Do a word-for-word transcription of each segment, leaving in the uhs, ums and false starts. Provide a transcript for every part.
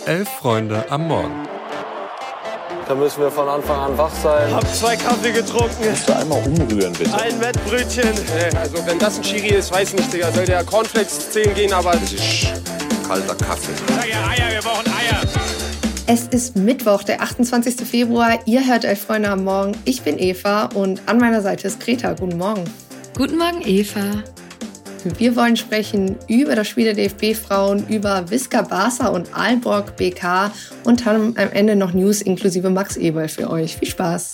Elf Freunde am Morgen. Da müssen wir von Anfang an wach sein. Hab zwei Kaffee getrunken. Musst du einmal umrühren, bitte. Ein Wettbrötchen. Also wenn das ein Schiri ist, weiß nicht, Digga. Soll der Cornflakes zählen gehen, aber... Das ist kalter Kaffee. Sag ja Eier, wir brauchen Eier. Es ist Mittwoch, der achtundzwanzigster Februar. Ihr hört Elf Freunde am Morgen. Ich bin Eva und an meiner Seite ist Greta. Guten Morgen. Guten Morgen, Eva. Wir wollen sprechen über das Spiel der D F B-Frauen, über Visca Barca und Aalborg B K und haben am Ende noch News inklusive Max Eberl für euch. Viel Spaß!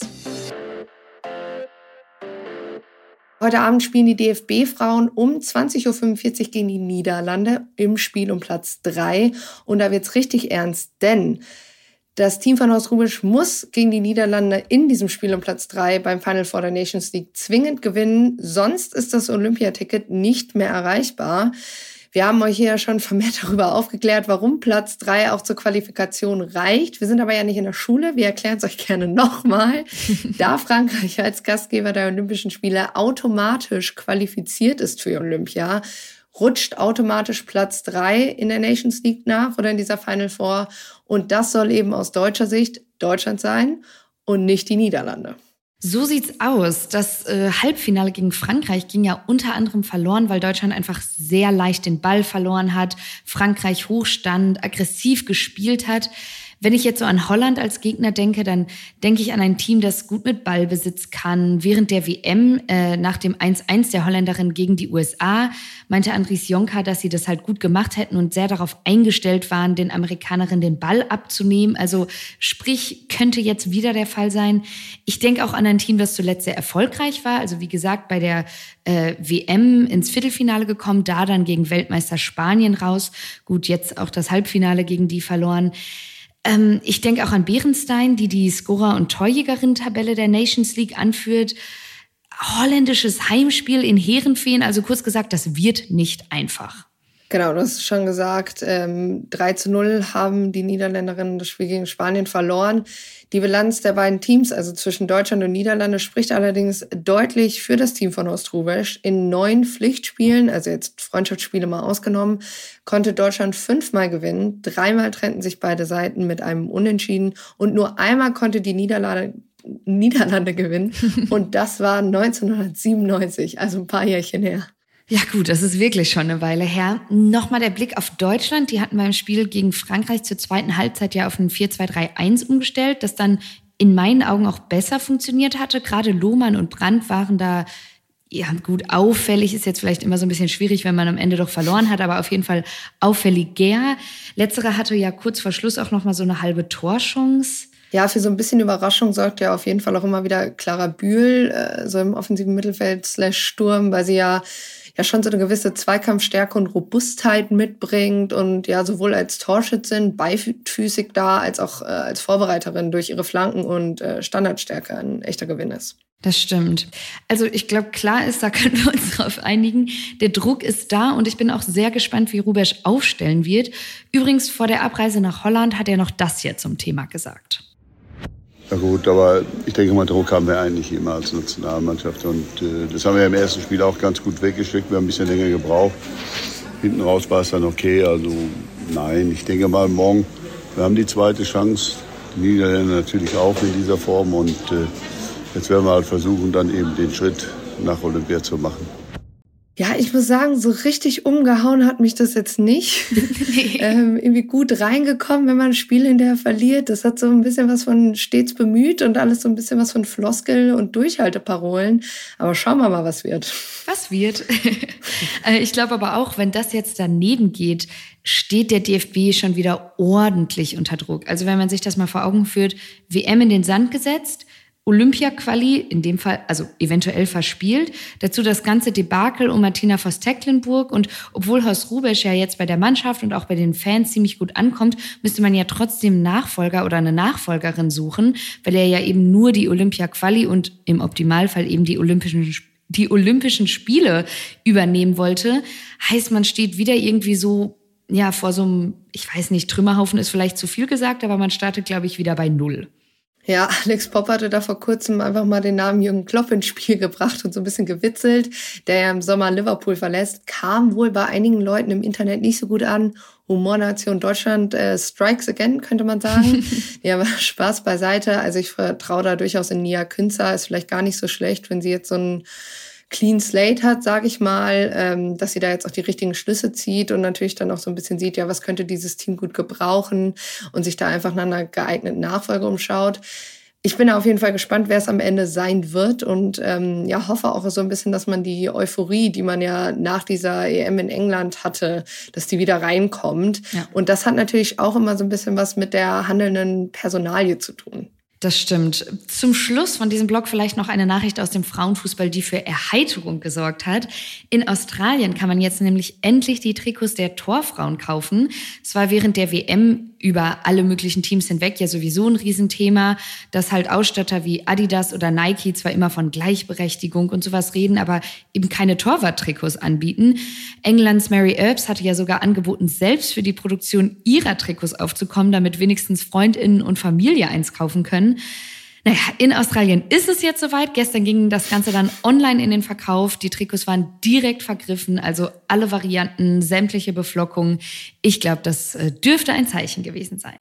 Heute Abend spielen die D F B-Frauen um zwanzig Uhr fünfundvierzig gegen die Niederlande im Spiel um Platz drei. Und da wird's richtig ernst, denn das Team von Horst Hrubesch muss gegen die Niederlande in diesem Spiel um Platz drei beim Final Four der Nations League zwingend gewinnen. Sonst ist das Olympiaticket nicht mehr erreichbar. Wir haben euch hier ja schon vermehrt darüber aufgeklärt, warum Platz drei auch zur Qualifikation reicht. Wir sind aber ja nicht in der Schule. Wir erklären es euch gerne nochmal. Da Frankreich als Gastgeber der Olympischen Spiele automatisch qualifiziert ist für Olympia, rutscht automatisch Platz drei in der Nations League nach oder in dieser Final Four. Und das soll eben aus deutscher Sicht Deutschland sein und nicht die Niederlande. So sieht's aus. Das äh, Halbfinale gegen Frankreich ging ja unter anderem verloren, weil Deutschland einfach sehr leicht den Ball verloren hat, Frankreich hochstand, aggressiv gespielt hat. Wenn ich jetzt so an Holland als Gegner denke, dann denke ich an ein Team, das gut mit Ballbesitz kann. Während der W M äh, nach dem eins eins der Holländerin gegen die U S A meinte Andries Jonker, dass sie das halt gut gemacht hätten und sehr darauf eingestellt waren, den Amerikanerinnen den Ball abzunehmen. Also sprich, könnte jetzt wieder der Fall sein. Ich denke auch an ein Team, das zuletzt sehr erfolgreich war. Also wie gesagt, bei der äh, W M ins Viertelfinale gekommen, da dann gegen Weltmeister Spanien raus. Gut, jetzt auch das Halbfinale gegen die verloren. Ähm, ich denke auch an Beerenstein, die die Scorer- und Torjägerinnen-Tabelle der Nations League anführt. Holländisches Heimspiel in Heerenveen, also kurz gesagt, das wird nicht einfach. Genau, du hast es schon gesagt. Ähm, drei zu null haben die Niederländerinnen das Spiel gegen Spanien verloren. Die Bilanz der beiden Teams, also zwischen Deutschland und Niederlande, spricht allerdings deutlich für das Team von Horst Hrubesch. In neun Pflichtspielen, also jetzt Freundschaftsspiele mal ausgenommen, konnte Deutschland fünfmal gewinnen. Dreimal trennten sich beide Seiten mit einem Unentschieden und nur einmal konnte die Niederlande Niederlande gewinnen. Und das war neunzehnhundertsiebenundneunzig, also ein paar Jährchen her. Ja gut, das ist wirklich schon eine Weile her. Nochmal der Blick auf Deutschland. Die hatten beim Spiel gegen Frankreich zur zweiten Halbzeit ja auf ein vier zwei drei eins umgestellt, das dann in meinen Augen auch besser funktioniert hatte. Gerade Lohmann und Brandt waren da, ja gut, auffällig ist jetzt vielleicht immer so ein bisschen schwierig, wenn man am Ende doch verloren hat, aber auf jeden Fall auffälliger. Letzterer hatte ja kurz vor Schluss auch nochmal so eine halbe Torchance. Ja, für so ein bisschen Überraschung sorgt ja auf jeden Fall auch immer wieder Clara Bühl, äh, so im offensiven Mittelfeld slash Sturm, weil sie ja ja schon so eine gewisse Zweikampfstärke und Robustheit mitbringt und ja sowohl als Torschützin beifüßig da, als auch äh, als Vorbereiterin durch ihre Flanken und äh, Standardstärke ein echter Gewinn ist. Das stimmt. Also ich glaube, klar ist, da können wir uns drauf einigen. Der Druck ist da und ich bin auch sehr gespannt, wie Hrubesch aufstellen wird. Übrigens, vor der Abreise nach Holland hat er noch das hier zum Thema gesagt. Na gut, aber ich denke mal, Druck haben wir eigentlich immer als Nationalmannschaft. Und äh, das haben wir im ersten Spiel auch ganz gut weggesteckt. Wir haben ein bisschen länger gebraucht. Hinten raus war es dann okay. Also nein, ich denke mal, morgen, wir haben die zweite Chance. Die Niederländer natürlich auch in dieser Form. Und äh, jetzt werden wir halt versuchen, dann eben den Schritt nach Olympia zu machen. Ja, ich muss sagen, so richtig umgehauen hat mich das jetzt nicht. Nee. ähm, irgendwie gut reingekommen, wenn man ein Spiel hinterher verliert. Das hat so ein bisschen was von stets bemüht und alles so ein bisschen was von Floskel und Durchhalteparolen. Aber schauen wir mal, was wird. Was wird? Ich glaube aber auch, wenn das jetzt daneben geht, steht der D F B schon wieder ordentlich unter Druck. Also wenn man sich das mal vor Augen führt, W M in den Sand gesetzt, Olympia-Quali, in dem Fall, also eventuell verspielt. Dazu das ganze Debakel um Martina Voss-Tecklenburg. Und obwohl Horst Hrubesch ja jetzt bei der Mannschaft und auch bei den Fans ziemlich gut ankommt, müsste man ja trotzdem einen Nachfolger oder eine Nachfolgerin suchen, weil er ja eben nur die Olympia-Quali und im Optimalfall eben die Olympischen, die Olympischen Spiele übernehmen wollte. Heißt, man steht wieder irgendwie so, ja, vor so einem, ich weiß nicht, Trümmerhaufen ist vielleicht zu viel gesagt, aber man startet, glaube ich, wieder bei Null. Ja, Alex Popp hatte da vor kurzem einfach mal den Namen Jürgen Klopp ins Spiel gebracht und so ein bisschen gewitzelt, der ja im Sommer Liverpool verlässt, kam wohl bei einigen Leuten im Internet nicht so gut an. Humornation Deutschland äh, strikes again, könnte man sagen. Ja, aber Spaß beiseite. Also ich vertraue da durchaus in Nia Künzer. Ist vielleicht gar nicht so schlecht, wenn sie jetzt so ein Clean Slate hat, sage ich mal, ähm, dass sie da jetzt auch die richtigen Schlüsse zieht und natürlich dann auch so ein bisschen sieht, ja, was könnte dieses Team gut gebrauchen und sich da einfach nach einer geeigneten Nachfolge umschaut. Ich bin auf jeden Fall gespannt, wer es am Ende sein wird und ähm, ja, hoffe auch so ein bisschen, dass man die Euphorie, die man ja nach dieser E M in England hatte, dass die wieder reinkommt. Ja. Und das hat natürlich auch immer so ein bisschen was mit der handelnden Personalie zu tun. Das stimmt. Zum Schluss von diesem Blog vielleicht noch eine Nachricht aus dem Frauenfußball, die für Erheiterung gesorgt hat. In Australien kann man jetzt nämlich endlich die Trikots der Torfrauen kaufen. Es war während der W M über alle möglichen Teams hinweg ja sowieso ein Riesenthema, dass halt Ausstatter wie Adidas oder Nike zwar immer von Gleichberechtigung und sowas reden, aber eben keine Torwart-Trikots anbieten. Englands Mary Earps hatte ja sogar angeboten, selbst für die Produktion ihrer Trikots aufzukommen, damit wenigstens FreundInnen und Familie eins kaufen können. Naja, in Australien ist es jetzt soweit. Gestern ging das Ganze dann online in den Verkauf. Die Trikots waren direkt vergriffen, also alle Varianten, sämtliche Beflockungen. Ich glaube, das dürfte ein Zeichen gewesen sein.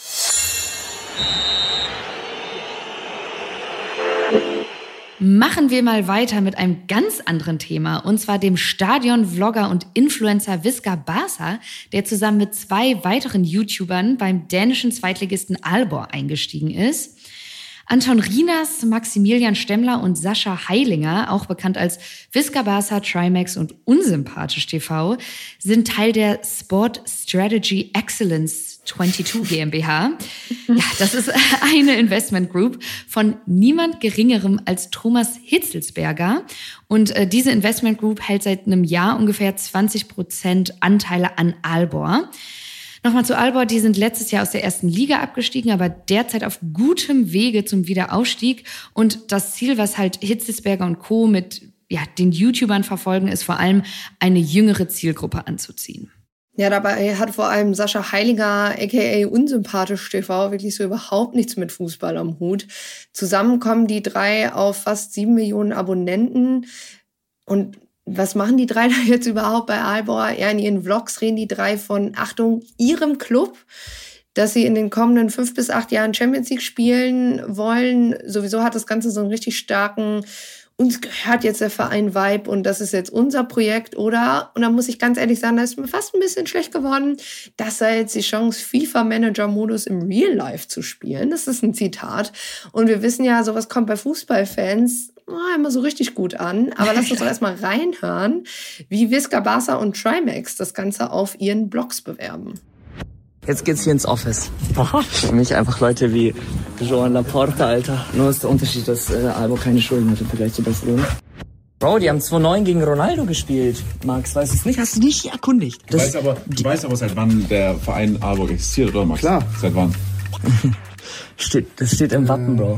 Machen wir mal weiter mit einem ganz anderen Thema, und zwar dem Stadion-Vlogger und Influencer Visca Barsa, der zusammen mit zwei weiteren YouTubern beim dänischen Zweitligisten Aalborg eingestiegen ist. Anton Rinas, Maximilian Stemmler und Sascha Heilinger, auch bekannt als Visca Barsa, Trimax und Unsympathisch T V, sind Teil der Sport Strategy Excellence zweiundzwanzig GmbH. Ja, das ist eine Investment Group von niemand Geringerem als Thomas Hitzelsberger. Und äh, diese Investment Group hält seit einem Jahr ungefähr zwanzig Prozent Anteile an Aalborg. Nochmal zu Aalborg, die sind letztes Jahr aus der ersten Liga abgestiegen, aber derzeit auf gutem Wege zum Wiederaufstieg. Und das Ziel, was halt Hitzelsberger und Co. mit ja, den YouTubern verfolgen, ist vor allem eine jüngere Zielgruppe anzuziehen. Ja, dabei hat vor allem Sascha Heiliger, aka Unsympathisch T V, wirklich so überhaupt nichts mit Fußball am Hut. Zusammen kommen die drei auf fast sieben Millionen Abonnenten. Und was machen die drei da jetzt überhaupt bei Aalborg? Ja, in ihren Vlogs reden die drei von, Achtung, ihrem Club, dass sie in den kommenden fünf bis acht Jahren Champions League spielen wollen. Sowieso hat das Ganze so einen richtig starken, uns gehört jetzt der Verein-Vibe und das ist jetzt unser Projekt, oder? Und da muss ich ganz ehrlich sagen, da ist mir fast ein bisschen schlecht geworden. Das sei jetzt die Chance, FIFA-Manager-Modus im Real Life zu spielen. Das ist ein Zitat. Und wir wissen ja, sowas kommt bei Fußballfans oh, immer so richtig gut an. Aber lasst uns doch erstmal reinhören, wie Visca Barsa und Trimax das Ganze auf ihren Blogs bewerben. Jetzt geht's hier ins Office. Aha. Für mich einfach Leute wie Joan Laporta, Alter. Nur ist der Unterschied, dass äh, Aalborg keine Schulden hat im Vergleich zu Barcelona. Bro, die haben zwei neun gegen Ronaldo gespielt. Max, weißt du es nicht? Hast du dich erkundigt? Du, das, weißt aber, du weißt aber, seit wann der Verein Aalborg existiert, oder Max? Klar. Seit wann? steht, das steht im Wappen, Bro.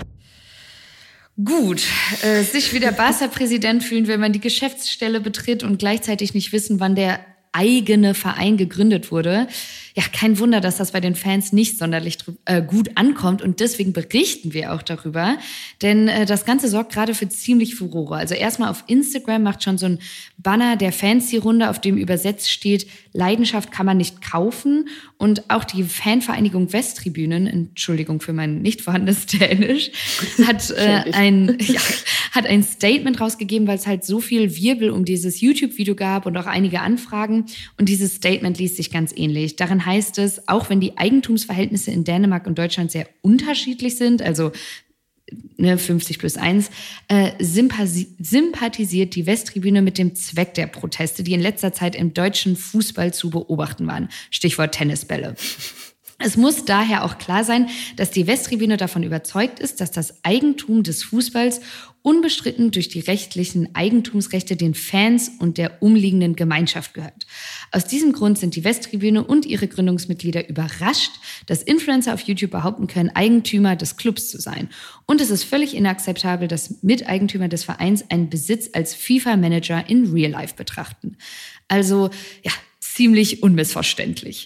Gut, äh, sich wie der Barca-Präsident fühlen, wenn man die Geschäftsstelle betritt und gleichzeitig nicht wissen, wann der eigene Verein gegründet wurde. Ja, kein Wunder, dass das bei den Fans nicht sonderlich äh, gut ankommt und deswegen berichten wir auch darüber, denn äh, das Ganze sorgt gerade für ziemlich Furore. Also erstmal auf Instagram macht schon so ein Banner der Fans die Runde, auf dem übersetzt steht, Leidenschaft kann man nicht kaufen, und auch die Fanvereinigung Westtribünen, Entschuldigung für mein nicht vorhandenes Dänisch, hat äh, ein ja, hat ein Statement rausgegeben, weil es halt so viel Wirbel um dieses YouTube-Video gab und auch einige Anfragen, und dieses Statement liest sich ganz ähnlich. Darin heißt es, auch wenn die Eigentumsverhältnisse in Dänemark und Deutschland sehr unterschiedlich sind, also ne, fünfzig plus eins, äh, sympathisi- sympathisiert die Westtribüne mit dem Zweck der Proteste, die in letzter Zeit im deutschen Fußball zu beobachten waren. Stichwort Tennisbälle. Es muss daher auch klar sein, dass die Westtribüne davon überzeugt ist, dass das Eigentum des Fußballs unbestritten durch die rechtlichen Eigentumsrechte den Fans und der umliegenden Gemeinschaft gehört. Aus diesem Grund sind die Westtribüne und ihre Gründungsmitglieder überrascht, dass Influencer auf YouTube behaupten können, Eigentümer des Clubs zu sein. Und es ist völlig inakzeptabel, dass Miteigentümer des Vereins einen Besitz als FIFA-Manager in Real Life betrachten. Also, ja, ziemlich unmissverständlich.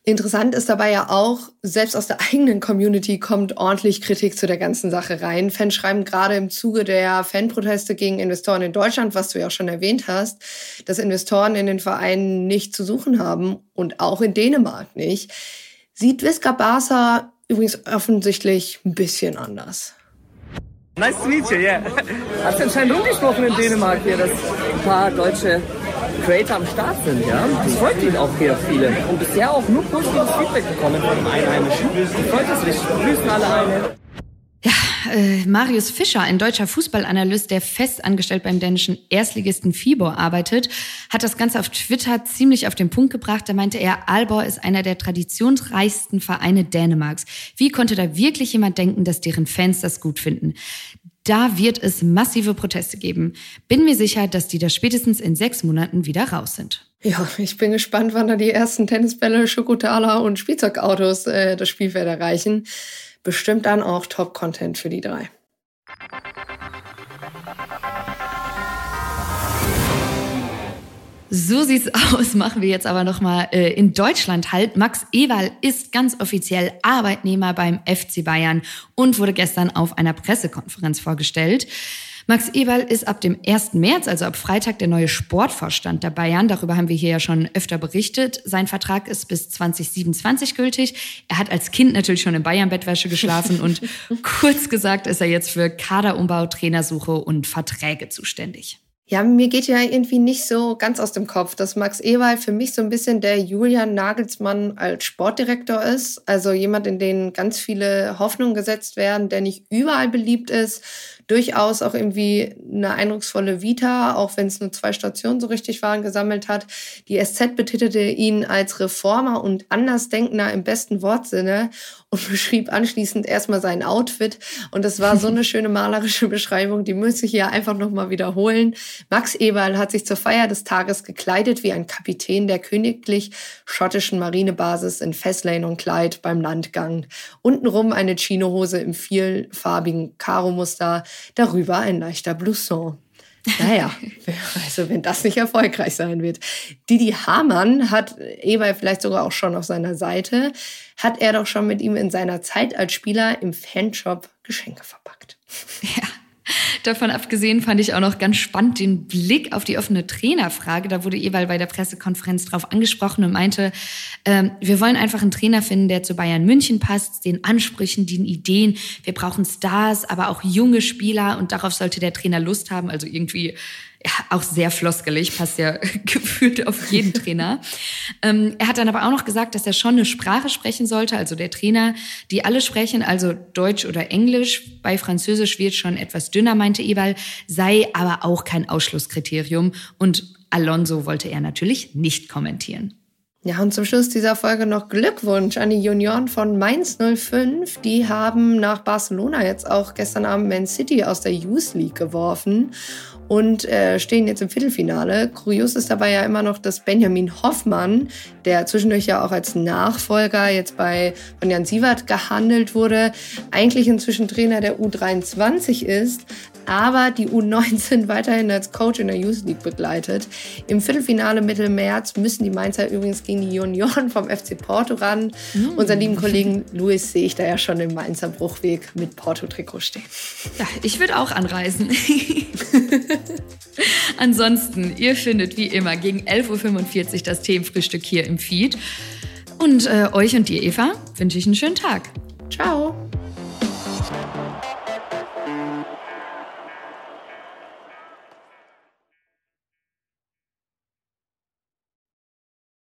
Interessant ist dabei ja auch, selbst aus der eigenen Community kommt ordentlich Kritik zu der ganzen Sache rein. Fans schreiben gerade im Zuge der Fanproteste gegen Investoren in Deutschland, was du ja auch schon erwähnt hast, dass Investoren in den Vereinen nicht zu suchen haben und auch in Dänemark nicht. Sieht Visca Barca übrigens offensichtlich ein bisschen anders. Nice to meet you, yeah. Hat es anscheinend rumgesprochen in Dänemark hier, dass ein paar deutsche Creator am Start sind, ja. Das freut ihn auch hier viele. Und bisher auch nur positives Feedback bekommen von den Einheimischen. Das freut es richtig. Grüßen alle eine. Ja, äh, Marius Fischer, ein deutscher Fußballanalyst, der fest angestellt beim dänischen Erstligisten Viborg arbeitet, hat das Ganze auf Twitter ziemlich auf den Punkt gebracht. Da meinte er, Aalborg ist einer der traditionsreichsten Vereine Dänemarks. Wie konnte da wirklich jemand denken, dass deren Fans das gut finden? Da wird es massive Proteste geben. Bin mir sicher, dass die da spätestens in sechs Monaten wieder raus sind. Ja, ich bin gespannt, wann da die ersten Tennisbälle, Schokotaler und Spielzeugautos äh, das Spielfeld erreichen. Bestimmt dann auch Top-Content für die drei. So sieht's aus, machen wir jetzt aber nochmal äh, in Deutschland halt. Max Eberl ist ganz offiziell Arbeitnehmer beim F C Bayern und wurde gestern auf einer Pressekonferenz vorgestellt. Max Eberl ist ab dem ersten März, also ab Freitag, der neue Sportvorstand der Bayern. Darüber haben wir hier ja schon öfter berichtet. Sein Vertrag ist bis zwanzig siebenundzwanzig gültig. Er hat als Kind natürlich schon in Bayern-Bettwäsche geschlafen und kurz gesagt ist er jetzt für Kaderumbau, Trainersuche und Verträge zuständig. Ja, mir geht ja irgendwie nicht so ganz aus dem Kopf, dass Max Eberl für mich so ein bisschen der Julian Nagelsmann als Sportdirektor ist. Also jemand, in den ganz viele Hoffnungen gesetzt werden, der nicht überall beliebt ist. Durchaus auch irgendwie eine eindrucksvolle Vita, auch wenn es nur zwei Stationen so richtig waren, gesammelt hat. Die S Z betitelte ihn als Reformer und Andersdenkender im besten Wortsinne und beschrieb anschließend erstmal sein Outfit. Und das war so eine schöne malerische Beschreibung, die muss ich hier einfach nochmal wiederholen. Max Eberl hat sich zur Feier des Tages gekleidet wie ein Kapitän der königlich-schottischen Marinebasis in Faslane und Clyde beim Landgang. Untenrum eine Chinohose im vielfarbigen Karo-Muster, darüber ein leichter Blouson. Naja, also wenn das nicht erfolgreich sein wird. Didi Hamann hat Eberl vielleicht sogar auch schon auf seiner Seite, hat er doch schon mit ihm in seiner Zeit als Spieler im Fanshop Geschenke verpackt. Ja. Davon abgesehen fand ich auch noch ganz spannend den Blick auf die offene Trainerfrage. Da wurde Eberl bei der Pressekonferenz drauf angesprochen und meinte, ähm, wir wollen einfach einen Trainer finden, der zu Bayern München passt, den Ansprüchen, den Ideen. Wir brauchen Stars, aber auch junge Spieler und darauf sollte der Trainer Lust haben. Also irgendwie ja, auch sehr floskelig, passt ja gefühlt auf jeden Trainer. ähm, er hat dann aber auch noch gesagt, dass er schon eine Sprache sprechen sollte, also der Trainer, die alle sprechen, also Deutsch oder Englisch. Bei Französisch wird schon etwas dünner, meinte Eberl, sei aber auch kein Ausschlusskriterium. Und Alonso wollte er natürlich nicht kommentieren. Ja, und zum Schluss dieser Folge noch Glückwunsch an die Junioren von Mainz null fünf. Die haben nach Barcelona jetzt auch gestern Abend Man City aus der Youth League geworfen und äh, stehen jetzt im Viertelfinale. Kurios ist dabei ja immer noch, dass Benjamin Hoffmann, der zwischendurch ja auch als Nachfolger jetzt bei von Jan Siewert gehandelt wurde, eigentlich inzwischen Trainer der U dreiundzwanzig ist, aber die U neunzehn weiterhin als Coach in der Youth League begleitet. Im Viertelfinale Mitte März müssen die Mainzer übrigens gegen die Junioren vom F C Porto ran. Mm. Unseren lieben Kollegen Luis sehe ich da ja schon im Mainzer Bruchweg mit Porto-Trikot stehen. Ja, ich würde auch anreisen. Ansonsten, ihr findet wie immer gegen elf Uhr fünfundvierzig das Themenfrühstück hier im Feed. Und äh, euch und dir, Eva, wünsche ich einen schönen Tag. Ciao.